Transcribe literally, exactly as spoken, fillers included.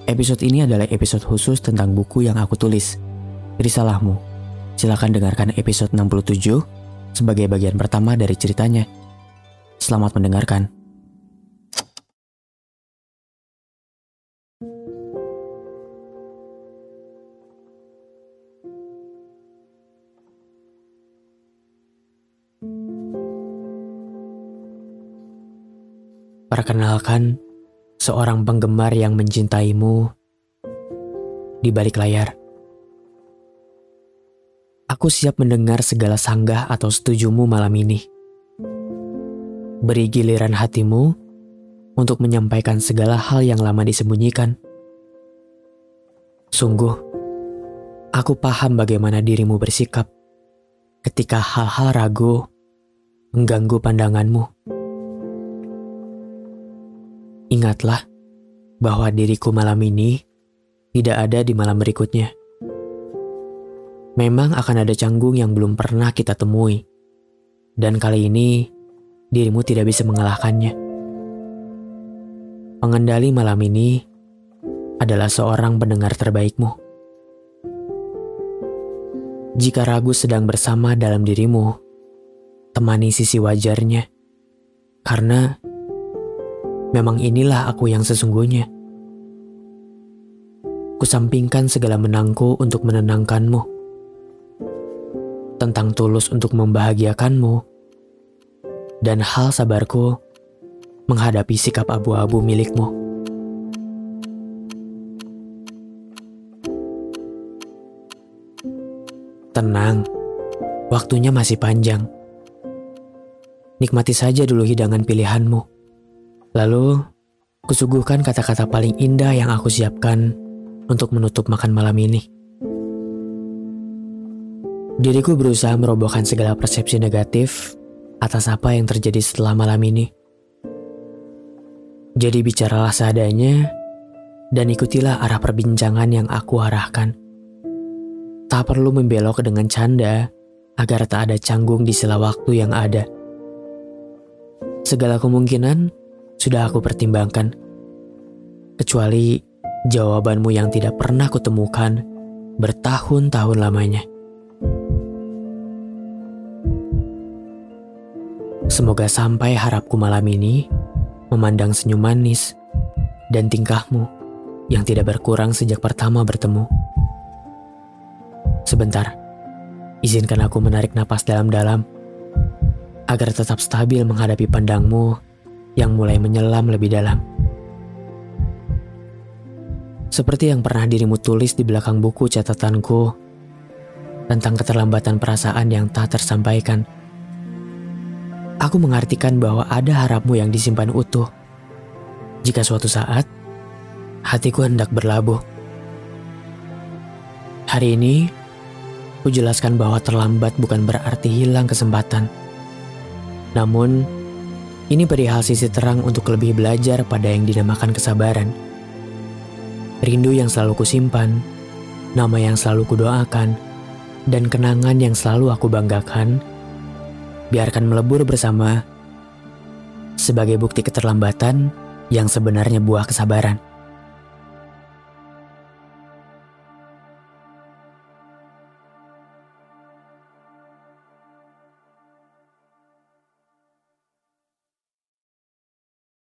Episode ini adalah episode khusus tentang buku yang aku tulis, Risalahmu. Silakan dengarkan episode enam puluh tujuh sebagai bagian pertama dari ceritanya. Selamat mendengarkan. Perkenalkan, seorang penggemar yang mencintaimu di balik layar. Aku siap mendengar segala sanggah atau setujumu malam ini. Beri giliran hatimu untuk menyampaikan segala hal yang lama disembunyikan. Sungguh, aku paham bagaimana dirimu bersikap ketika hal-hal ragu mengganggu pandanganmu. Ingatlah bahwa diriku malam ini tidak ada di malam berikutnya. Memang akan ada canggung yang belum pernah kita temui, dan kali ini dirimu tidak bisa mengalahkannya. Pengendali malam ini adalah seorang pendengar terbaikmu. Jika ragu sedang bersama dalam dirimu, temani sisi wajarnya, karena memang inilah aku yang sesungguhnya. Kusampingkan segala menangku untuk menenangkanmu, tentang tulus untuk membahagiakanmu, dan hal sabarku menghadapi sikap abu-abu milikmu. Tenang, waktunya masih panjang. Nikmati saja dulu hidangan pilihanmu. Lalu, kusuguhkan kata-kata paling indah yang aku siapkan untuk menutup makan malam ini. Diriku berusaha merobohkan segala persepsi negatif atas apa yang terjadi setelah malam ini. Jadi bicaralah seadanya dan ikutilah arah perbincangan yang aku arahkan. Tak perlu membelok dengan canda agar tak ada canggung di sela waktu yang ada. Segala kemungkinan sudah aku pertimbangkan, kecuali jawabanmu yang tidak pernah kutemukan bertahun-tahun lamanya. Semoga sampai harapku malam ini memandang senyum manis dan tingkahmu yang tidak berkurang sejak pertama bertemu. Sebentar, izinkan aku menarik napas dalam-dalam agar tetap stabil menghadapi pandangmu yang mulai menyelam lebih dalam. Seperti yang pernah dirimu tulis di belakang buku catatanku tentang keterlambatan perasaan yang tak tersampaikan. Aku mengartikan bahwa ada harapmu yang disimpan utuh. Jika suatu saat, hatiku hendak berlabuh. Hari ini, ku jelaskan bahwa terlambat bukan berarti hilang kesempatan. Namun, ini perihal sisi terang untuk lebih belajar pada yang dinamakan kesabaran. Rindu yang selalu kusimpan, nama yang selalu kudoakan, dan kenangan yang selalu aku banggakan, biarkan melebur bersama sebagai bukti keterlambatan yang sebenarnya buah kesabaran.